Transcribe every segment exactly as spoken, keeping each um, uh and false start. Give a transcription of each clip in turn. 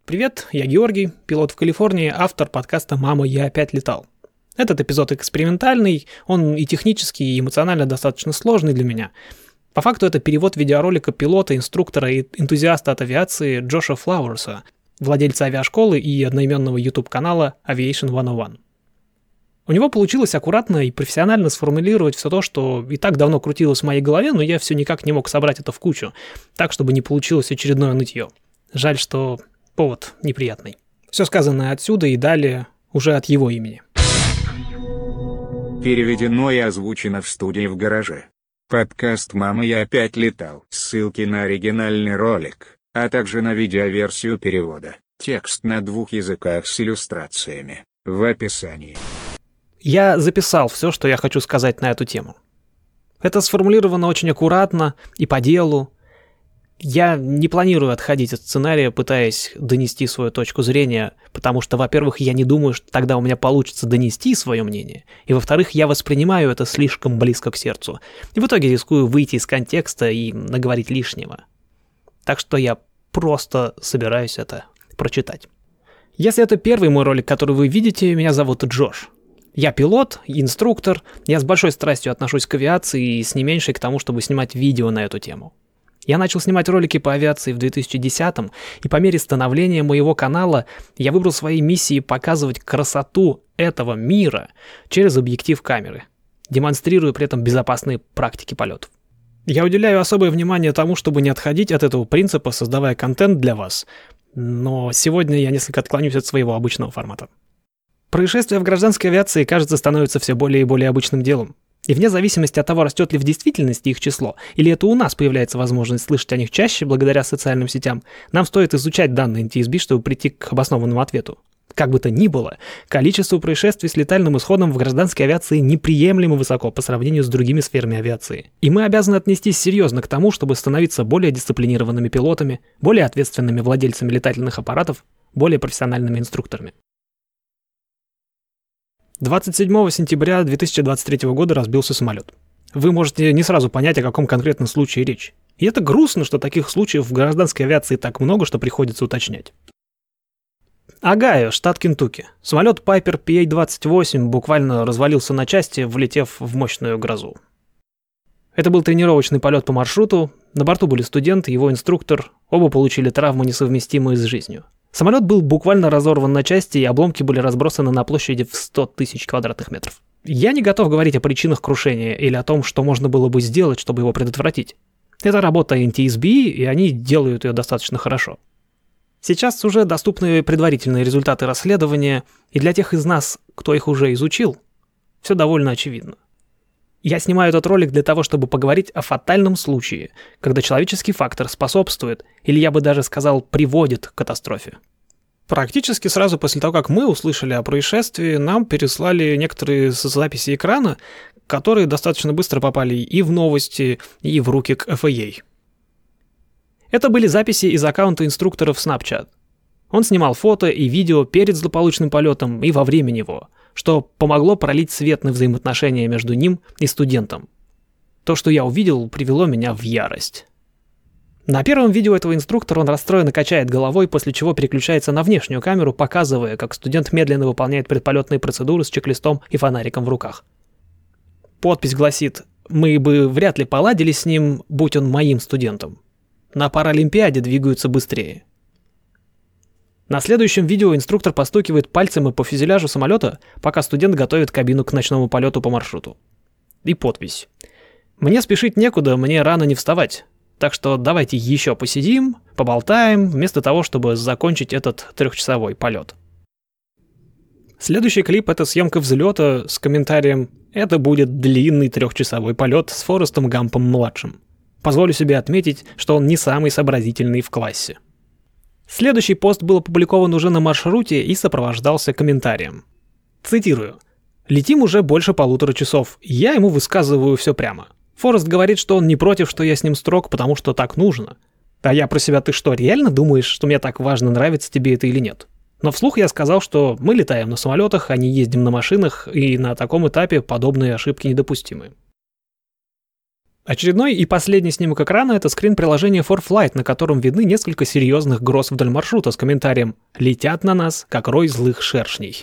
Привет, я Георгий, пилот в Калифорнии, автор подкаста «Мама, я опять летал». Этот эпизод экспериментальный, он и технически, и эмоционально достаточно сложный для меня. По факту это перевод видеоролика пилота, инструктора и энтузиаста от авиации Джоша Флауэрса, владельца авиашколы и одноименного YouTube-канала Aviation сто один. У него получилось аккуратно и профессионально сформулировать все то, что и так давно крутилось в моей голове, но я все никак не мог собрать это в кучу, так, чтобы не получилось очередное нытье. Жаль, что повод неприятный. Все сказанное отсюда и далее уже от его имени. Переведено и озвучено в студии в гараже. Подкаст «Мама, я опять летал». Ссылки на оригинальный ролик, а также на видеоверсию перевода. Текст на двух языках с иллюстрациями в описании. Я записал все, что я хочу сказать на эту тему. Это сформулировано очень аккуратно и по делу. Я не планирую отходить от сценария, пытаясь донести свою точку зрения, потому что, во-первых, я не думаю, что тогда у меня получится донести свое мнение, и, во-вторых, я воспринимаю это слишком близко к сердцу, и в итоге рискую выйти из контекста и наговорить лишнего. Так что я просто собираюсь это прочитать. Если это первый мой ролик, который вы видите, меня зовут Джош. Я пилот, инструктор, я с большой страстью отношусь к авиации и с не меньшей к тому, чтобы снимать видео на эту тему. Я начал снимать ролики по авиации в две тысячи десятом, и по мере становления моего канала я выбрал своей миссией показывать красоту этого мира через объектив камеры, демонстрируя при этом безопасные практики полетов. Я уделяю особое внимание тому, чтобы не отходить от этого принципа, создавая контент для вас, но сегодня я несколько отклонюсь от своего обычного формата. Происшествия в гражданской авиации, кажется, становятся все более и более обычным делом. И вне зависимости от того, растет ли в действительности их число, или это у нас появляется возможность слышать о них чаще благодаря социальным сетям, нам стоит изучать данные эн ти эс би, чтобы прийти к обоснованному ответу. Как бы то ни было, количество происшествий с летальным исходом в гражданской авиации неприемлемо высоко по сравнению с другими сферами авиации. И мы обязаны отнестись серьезно к тому, чтобы становиться более дисциплинированными пилотами, более ответственными владельцами летательных аппаратов, более профессиональными инструкторами. двадцать седьмого сентября две тысячи двадцать третьего года разбился самолет. Вы можете не сразу понять, о каком конкретном случае речь. И это грустно, что таких случаев в гражданской авиации так много, что приходится уточнять. Огайо, штат Кентукки. Самолет Piper пи эй двадцать восемь буквально развалился на части, влетев в мощную грозу. Это был тренировочный полет по маршруту, на борту были студент и его инструктор, оба получили травмы, несовместимые с жизнью. Самолет был буквально разорван на части, и обломки были разбросаны на площади в сто тысяч квадратных метров. Я не готов говорить о причинах крушения или о том, что можно было бы сделать, чтобы его предотвратить. Это работа эн ти эс би, и они делают ее достаточно хорошо. Сейчас уже доступны предварительные результаты расследования, и для тех из нас, кто их уже изучил, все довольно очевидно. Я снимаю этот ролик для того, чтобы поговорить о фатальном случае, когда человеческий фактор способствует, или я бы даже сказал, приводит к катастрофе. Практически сразу после того, как мы услышали о происшествии, нам переслали некоторые записи экрана, которые достаточно быстро попали и в новости, и в руки к эф эй эй. Это были записи из аккаунта инструктора в Snapchat. Он снимал фото и видео перед злополучным полетом и во время него, что помогло пролить свет на взаимоотношения между ним и студентом. То, что я увидел, привело меня в ярость. На первом видео этого инструктора он расстроенно качает головой, после чего переключается на внешнюю камеру, показывая, как студент медленно выполняет предполетные процедуры с чек-листом и фонариком в руках. Подпись гласит: «Мы бы вряд ли поладили с ним, будь он моим студентом. На Паралимпиаде двигаются быстрее». На следующем видео инструктор постукивает пальцем по фюзеляжу самолета, пока студент готовит кабину к ночному полету по маршруту. И подпись: «Мне спешить некуда, мне рано не вставать. Так что давайте еще посидим, поболтаем, вместо того, чтобы закончить этот трехчасовой полет». Следующий клип — это съемка взлета с комментарием: «Это будет длинный трехчасовой полет с Форестом Гампом-младшим. Позволю себе отметить, что он не самый сообразительный в классе». Следующий пост был опубликован уже на маршруте и сопровождался комментарием. Цитирую: «Летим уже больше полутора часов, я ему высказываю все прямо. Форест говорит, что он не против, что я с ним строг, потому что так нужно. А я про себя: ты что, реально думаешь, что мне так важно, нравится тебе это или нет? Но вслух я сказал, что мы летаем на самолетах, а не ездим на машинах, и на таком этапе подобные ошибки недопустимы». Очередной и последний снимок экрана — это скрин приложения FourFlight, на котором видны несколько серьезных гроз вдоль маршрута с комментарием «Летят на нас, как рой злых шершней».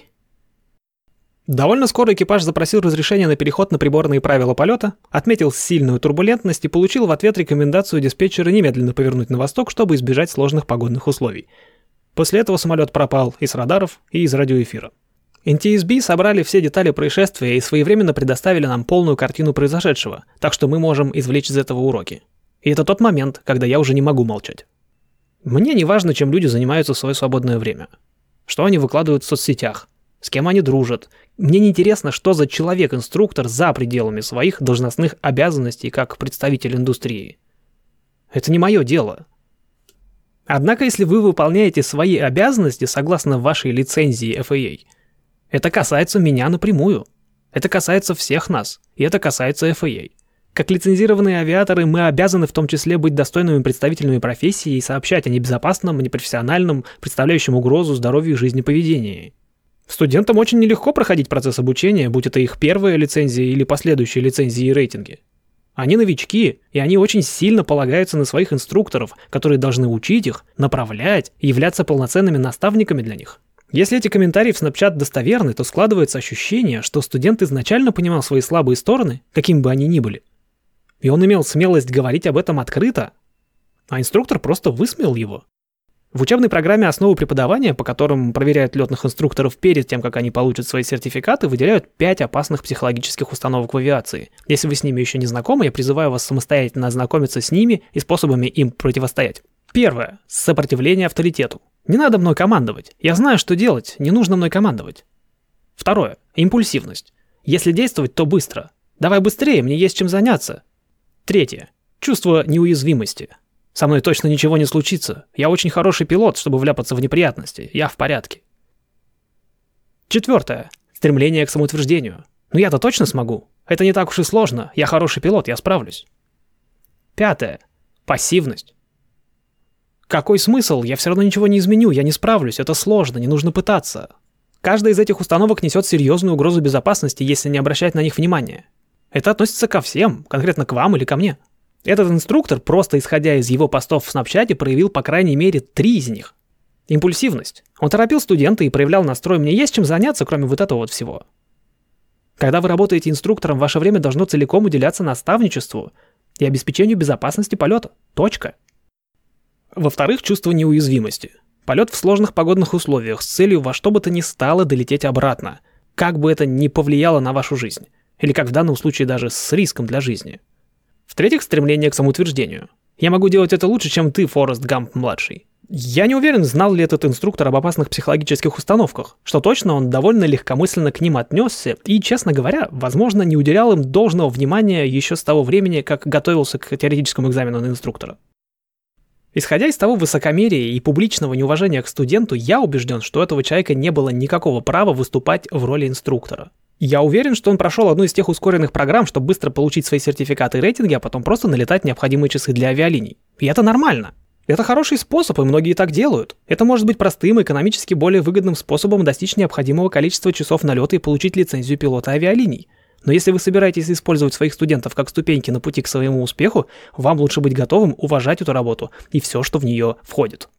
Довольно скоро экипаж запросил разрешение на переход на приборные правила полета, отметил сильную турбулентность и получил в ответ рекомендацию диспетчера немедленно повернуть на восток, чтобы избежать сложных погодных условий. После этого самолет пропал и с радаров, и из радиоэфира. эн ти эс би собрали все детали происшествия и своевременно предоставили нам полную картину произошедшего, так что мы можем извлечь из этого уроки. И это тот момент, когда я уже не могу молчать. Мне не важно, чем люди занимаются в свое свободное время. Что они выкладывают в соцсетях, с кем они дружат. Мне не интересно, что за человек-инструктор за пределами своих должностных обязанностей как представитель индустрии. Это не мое дело. Однако, если вы выполняете свои обязанности согласно вашей лицензии эф эй эй, это касается меня напрямую. Это касается всех нас, и это касается эф эй эй. Как лицензированные авиаторы мы обязаны в том числе быть достойными представителями профессии и сообщать о небезопасном, непрофессиональном, представляющем угрозу здоровью и жизни поведении. Студентам очень нелегко проходить процесс обучения, будь это их первая лицензия или последующие лицензии и рейтинги. Они новички, и они очень сильно полагаются на своих инструкторов, которые должны учить их, направлять и являться полноценными наставниками для них. Если эти комментарии в Snapchat достоверны, то складывается ощущение, что студент изначально понимал свои слабые стороны, какими бы они ни были. И он имел смелость говорить об этом открыто, а инструктор просто высмеял его. В учебной программе «Основы преподавания», по которым проверяют летных инструкторов перед тем, как они получат свои сертификаты, выделяют пять опасных психологических установок в авиации. Если вы с ними еще не знакомы, я призываю вас самостоятельно ознакомиться с ними и способами им противостоять. Первое. Сопротивление авторитету. Не надо мной командовать. Я знаю, что делать. Не нужно мной командовать. Второе. Импульсивность. Если действовать, то быстро. Давай быстрее, мне есть чем заняться. Третье. Чувство неуязвимости. Со мной точно ничего не случится. Я очень хороший пилот, чтобы вляпаться в неприятности. Я в порядке. Четвертое. Стремление к самоутверждению. Ну я-то точно смогу. Это не так уж и сложно. Я хороший пилот, я справлюсь. Пятое. Пассивность. Какой смысл? Я все равно ничего не изменю, я не справлюсь, это сложно, не нужно пытаться. Каждая из этих установок несет серьезную угрозу безопасности, если не обращать на них внимания. Это относится ко всем, конкретно к вам или ко мне. Этот инструктор, просто исходя из его постов в Snapchat, проявил по крайней мере три из них. Импульсивность. Он торопил студента и проявлял настрой «мне есть чем заняться, кроме вот этого вот всего». Когда вы работаете инструктором, ваше время должно целиком уделяться наставничеству и обеспечению безопасности полета. Точка. Во-вторых, чувство неуязвимости. Полет в сложных погодных условиях с целью во что бы то ни стало долететь обратно, как бы это ни повлияло на вашу жизнь, или как в данном случае даже с риском для жизни. В-третьих, стремление к самоутверждению. Я могу делать это лучше, чем ты, Форест Гамп-младший. Я не уверен, знал ли этот инструктор об опасных психологических установках, что точно он довольно легкомысленно к ним отнесся и, честно говоря, возможно, не уделял им должного внимания еще с того времени, как готовился к теоретическому экзамену на инструктора. Исходя из того высокомерия и публичного неуважения к студенту, я убежден, что у этого человека не было никакого права выступать в роли инструктора. Я уверен, что он прошел одну из тех ускоренных программ, чтобы быстро получить свои сертификаты и рейтинги, а потом просто налетать необходимые часы для авиалиний. И это нормально. Это хороший способ, и многие так делают. Это может быть простым и экономически более выгодным способом достичь необходимого количества часов налета и получить лицензию пилота авиалиний. Но если вы собираетесь использовать своих студентов как ступеньки на пути к своему успеху, вам лучше быть готовым уважать эту работу и все, что в нее входит.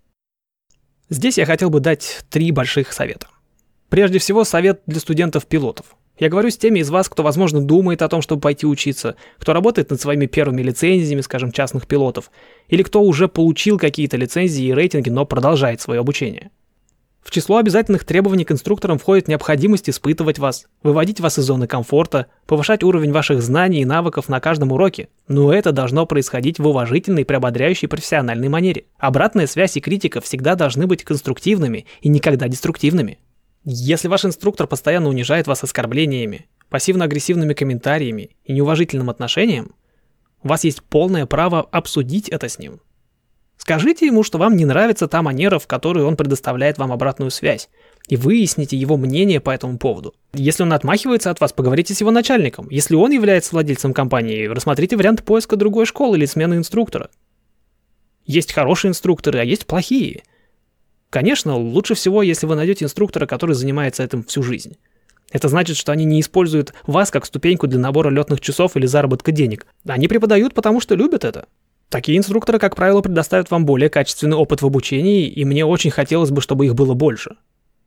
Здесь я хотел бы дать три больших совета. Прежде всего, совет для студентов-пилотов. Я говорю с теми из вас, кто, возможно, думает о том, чтобы пойти учиться, кто работает над своими первыми лицензиями, скажем, частных пилотов, или кто уже получил какие-то лицензии и рейтинги, но продолжает свое обучение. В число обязательных требований к инструкторам входит необходимость испытывать вас, выводить вас из зоны комфорта, повышать уровень ваших знаний и навыков на каждом уроке, но это должно происходить в уважительной, приободряющей профессиональной манере. Обратная связь и критика всегда должны быть конструктивными и никогда деструктивными. Если ваш инструктор постоянно унижает вас оскорблениями, пассивно-агрессивными комментариями и неуважительным отношением, у вас есть полное право обсудить это с ним. Скажите ему, что вам не нравится та манера, в которой он предоставляет вам обратную связь, и выясните его мнение по этому поводу. Если он отмахивается от вас, поговорите с его начальником. Если он является владельцем компании, рассмотрите вариант поиска другой школы или смены инструктора. Есть хорошие инструкторы, а есть плохие. Конечно, лучше всего, если вы найдете инструктора, который занимается этим всю жизнь. Это значит, что они не используют вас как ступеньку для набора летных часов или заработка денег. Они преподают, потому что любят это. Такие инструкторы, как правило, предоставят вам более качественный опыт в обучении, и мне очень хотелось бы, чтобы их было больше.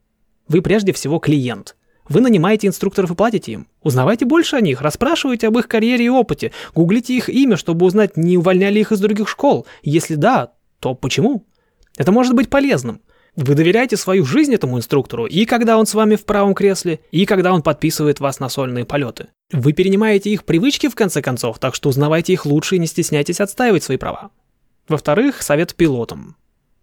Вы прежде всего клиент. Вы нанимаете инструкторов и платите им. Узнавайте больше о них, расспрашивайте об их карьере и опыте, гуглите их имя, чтобы узнать, не увольняли их из других школ. Если да, то почему? Это может быть полезным. Вы доверяете свою жизнь этому инструктору, и когда он с вами в правом кресле, и когда он подписывает вас на сольные полеты. Вы перенимаете их привычки, в конце концов, так что узнавайте их лучше и не стесняйтесь отстаивать свои права. Во-вторых, совет пилотам.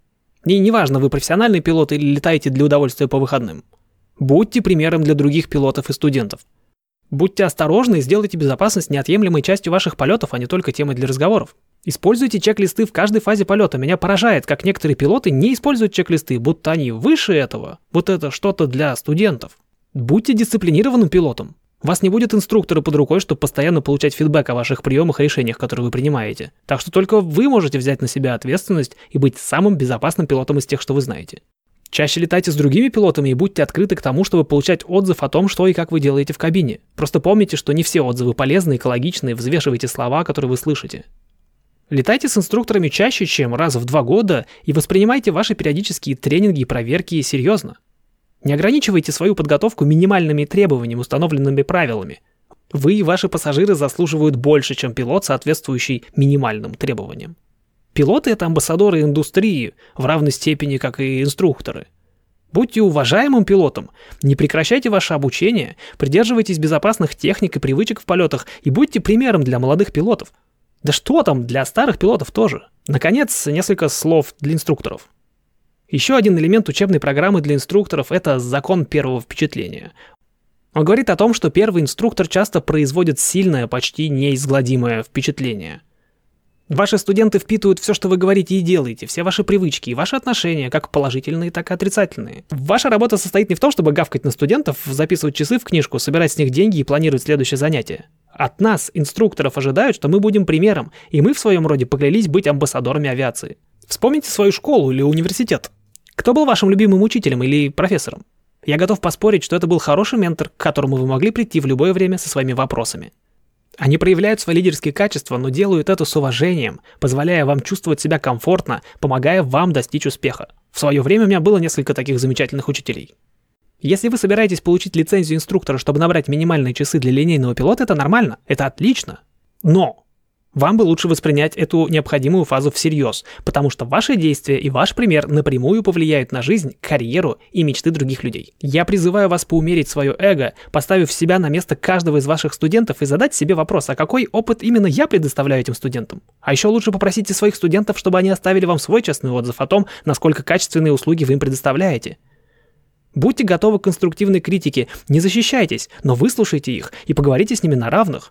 И неважно, вы профессиональный пилот или летаете для удовольствия по выходным. Будьте примером для других пилотов и студентов. Будьте осторожны и сделайте безопасность неотъемлемой частью ваших полетов, а не только темой для разговоров. Используйте чек-листы в каждой фазе полета. Меня поражает, как некоторые пилоты не используют чек-листы, будто они выше этого. Вот это что-то для студентов. Будьте дисциплинированным пилотом. У вас не будет инструктора под рукой, чтобы постоянно получать фидбэк о ваших приемах и решениях, которые вы принимаете. Так что только вы можете взять на себя ответственность и быть самым безопасным пилотом из тех, что вы знаете. Чаще летайте с другими пилотами и будьте открыты к тому, чтобы получать отзыв о том, что и как вы делаете в кабине. Просто помните, что не все отзывы полезны, экологичны, и взвешивайте слова, которые вы слышите. Летайте с инструкторами чаще, чем раз в два года, и воспринимайте ваши периодические тренинги и проверки серьезно. Не ограничивайте свою подготовку минимальными требованиями, установленными правилами. Вы и ваши пассажиры заслуживают больше, чем пилот, соответствующий минимальным требованиям. Пилоты — это амбассадоры индустрии в равной степени, как и инструкторы. Будьте уважаемым пилотом, не прекращайте ваше обучение, придерживайтесь безопасных техник и привычек в полетах и будьте примером для молодых пилотов. Да что там, для старых пилотов тоже. Наконец, несколько слов для инструкторов. Еще один элемент учебной программы для инструкторов — это закон первого впечатления. Он говорит о том, что первый инструктор часто производит сильное, почти неизгладимое впечатление. Ваши студенты впитывают все, что вы говорите и делаете, все ваши привычки и ваши отношения, как положительные, так и отрицательные. Ваша работа состоит не в том, чтобы гавкать на студентов, записывать часы в книжку, собирать с них деньги и планировать следующее занятие. От нас, инструкторов, ожидают, что мы будем примером, и мы в своем роде поклялись быть амбассадорами авиации. Вспомните свою школу или университет. Кто был вашим любимым учителем или профессором? Я готов поспорить, что это был хороший ментор, к которому вы могли прийти в любое время со своими вопросами. Они проявляют свои лидерские качества, но делают это с уважением, позволяя вам чувствовать себя комфортно, помогая вам достичь успеха. В свое время у меня было несколько таких замечательных учителей. Если вы собираетесь получить лицензию инструктора, чтобы набрать минимальные часы для линейного пилота, это нормально, это отлично. Но вам бы лучше воспринять эту необходимую фазу всерьез, потому что ваши действия и ваш пример напрямую повлияют на жизнь, карьеру и мечты других людей. Я призываю вас поумерить свое эго, поставив себя на место каждого из ваших студентов и задать себе вопрос, а какой опыт именно я предоставляю этим студентам? А еще лучше попросите своих студентов, чтобы они оставили вам свой честный отзыв о том, насколько качественные услуги вы им предоставляете. Будьте готовы к конструктивной критике, не защищайтесь, но выслушайте их и поговорите с ними на равных.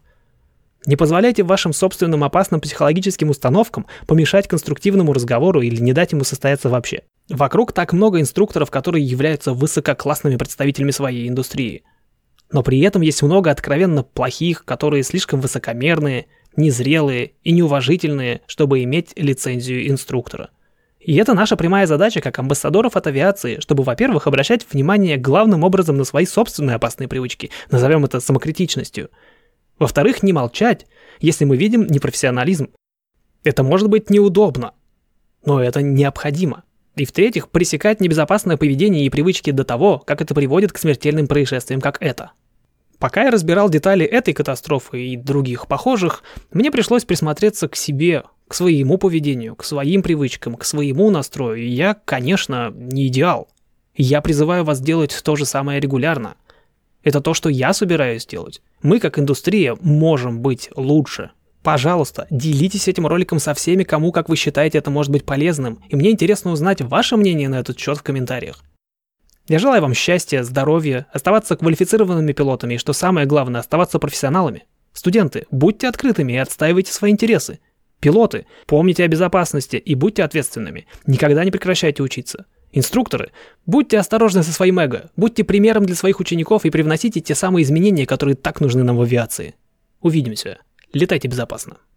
Не позволяйте вашим собственным опасным психологическим установкам помешать конструктивному разговору или не дать ему состояться вообще. Вокруг так много инструкторов, которые являются высококлассными представителями своей индустрии. Но при этом есть много откровенно плохих, которые слишком высокомерные, незрелые и неуважительные, чтобы иметь лицензию инструктора. И это наша прямая задача как амбассадоров от авиации, чтобы, во-первых, обращать внимание главным образом на свои собственные опасные привычки, назовем это самокритичностью. Во-вторых, не молчать, если мы видим непрофессионализм. Это может быть неудобно, но это необходимо. И в-третьих, пресекать небезопасное поведение и привычки до того, как это приводит к смертельным происшествиям, как это. Пока я разбирал детали этой катастрофы и других похожих, мне пришлось присмотреться к себе, к своему поведению, к своим привычкам, к своему настрою. И я, конечно, не идеал. Я призываю вас делать то же самое регулярно. Это то, что я собираюсь делать. Мы, как индустрия, можем быть лучше. Пожалуйста, делитесь этим роликом со всеми, кому, как вы считаете, это может быть полезным. И мне интересно узнать ваше мнение на этот счет в комментариях. Я желаю вам счастья, здоровья, оставаться квалифицированными пилотами и, что самое главное, оставаться профессионалами. Студенты, будьте открытыми и отстаивайте свои интересы. Пилоты, помните о безопасности и будьте ответственными. Никогда не прекращайте учиться. Инструкторы, будьте осторожны со своим эго, будьте примером для своих учеников и привносите те самые изменения, которые так нужны нам в авиации. Увидимся. Летайте безопасно.